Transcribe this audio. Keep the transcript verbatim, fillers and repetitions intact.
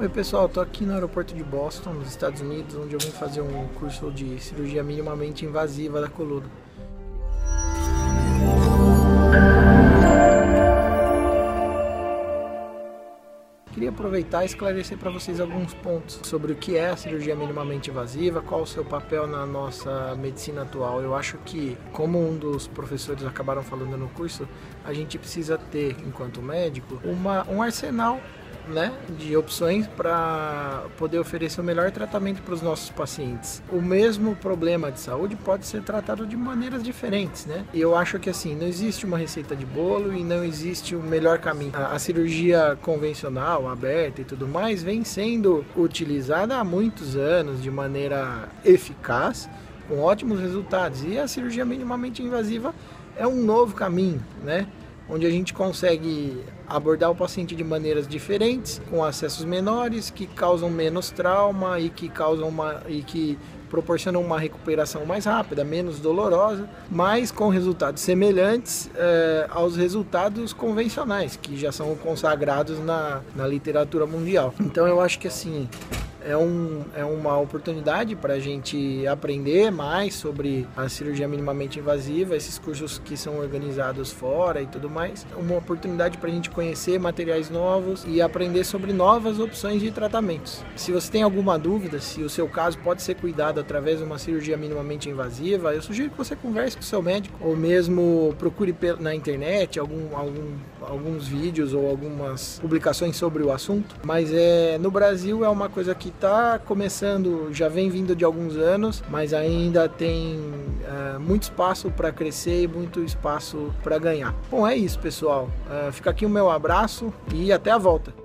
Oi pessoal, estou aqui no aeroporto de Boston, nos Estados Unidos, onde eu vim fazer um curso de cirurgia minimamente invasiva da coluna. Queria aproveitar e esclarecer para vocês alguns pontos sobre o que é a cirurgia minimamente invasiva, qual o seu papel na nossa medicina atual. Eu acho que, como um dos professores acabaram falando no curso, a gente precisa ter, enquanto médico, uma, um arsenal, né, de opções para poder oferecer o melhor tratamento para os nossos pacientes. O mesmo problema de saúde pode ser tratado de maneiras diferentes, né? E eu acho que assim, não existe uma receita de bolo e não existe o melhor caminho. A, a cirurgia convencional, aberta e tudo mais, vem sendo utilizada há muitos anos de maneira eficaz, com ótimos resultados. E a cirurgia minimamente invasiva é um novo caminho, né? Onde a gente consegue abordar o paciente de maneiras diferentes, com acessos menores, que causam menos trauma e que causam uma e que proporcionam uma recuperação mais rápida, menos dolorosa, mas com resultados semelhantes eh, aos resultados convencionais, que já são consagrados na, na literatura mundial. Então eu acho que assim, É, um, é uma oportunidade para a gente aprender mais sobre a cirurgia minimamente invasiva, esses cursos que são organizados fora e tudo mais. Uma oportunidade para a gente conhecer materiais novos e aprender sobre novas opções de tratamentos. Se você tem alguma dúvida, se o seu caso pode ser cuidado através de uma cirurgia minimamente invasiva, eu sugiro que você converse com o seu médico ou mesmo procure na internet algum, algum, alguns vídeos ou algumas publicações sobre o assunto. Mas é, no Brasil é uma coisa que está começando, já vem vindo de alguns anos, mas ainda tem uh, muito espaço para crescer e muito espaço para ganhar. Bom, é isso, pessoal. Uh, fica aqui o meu abraço e até a volta.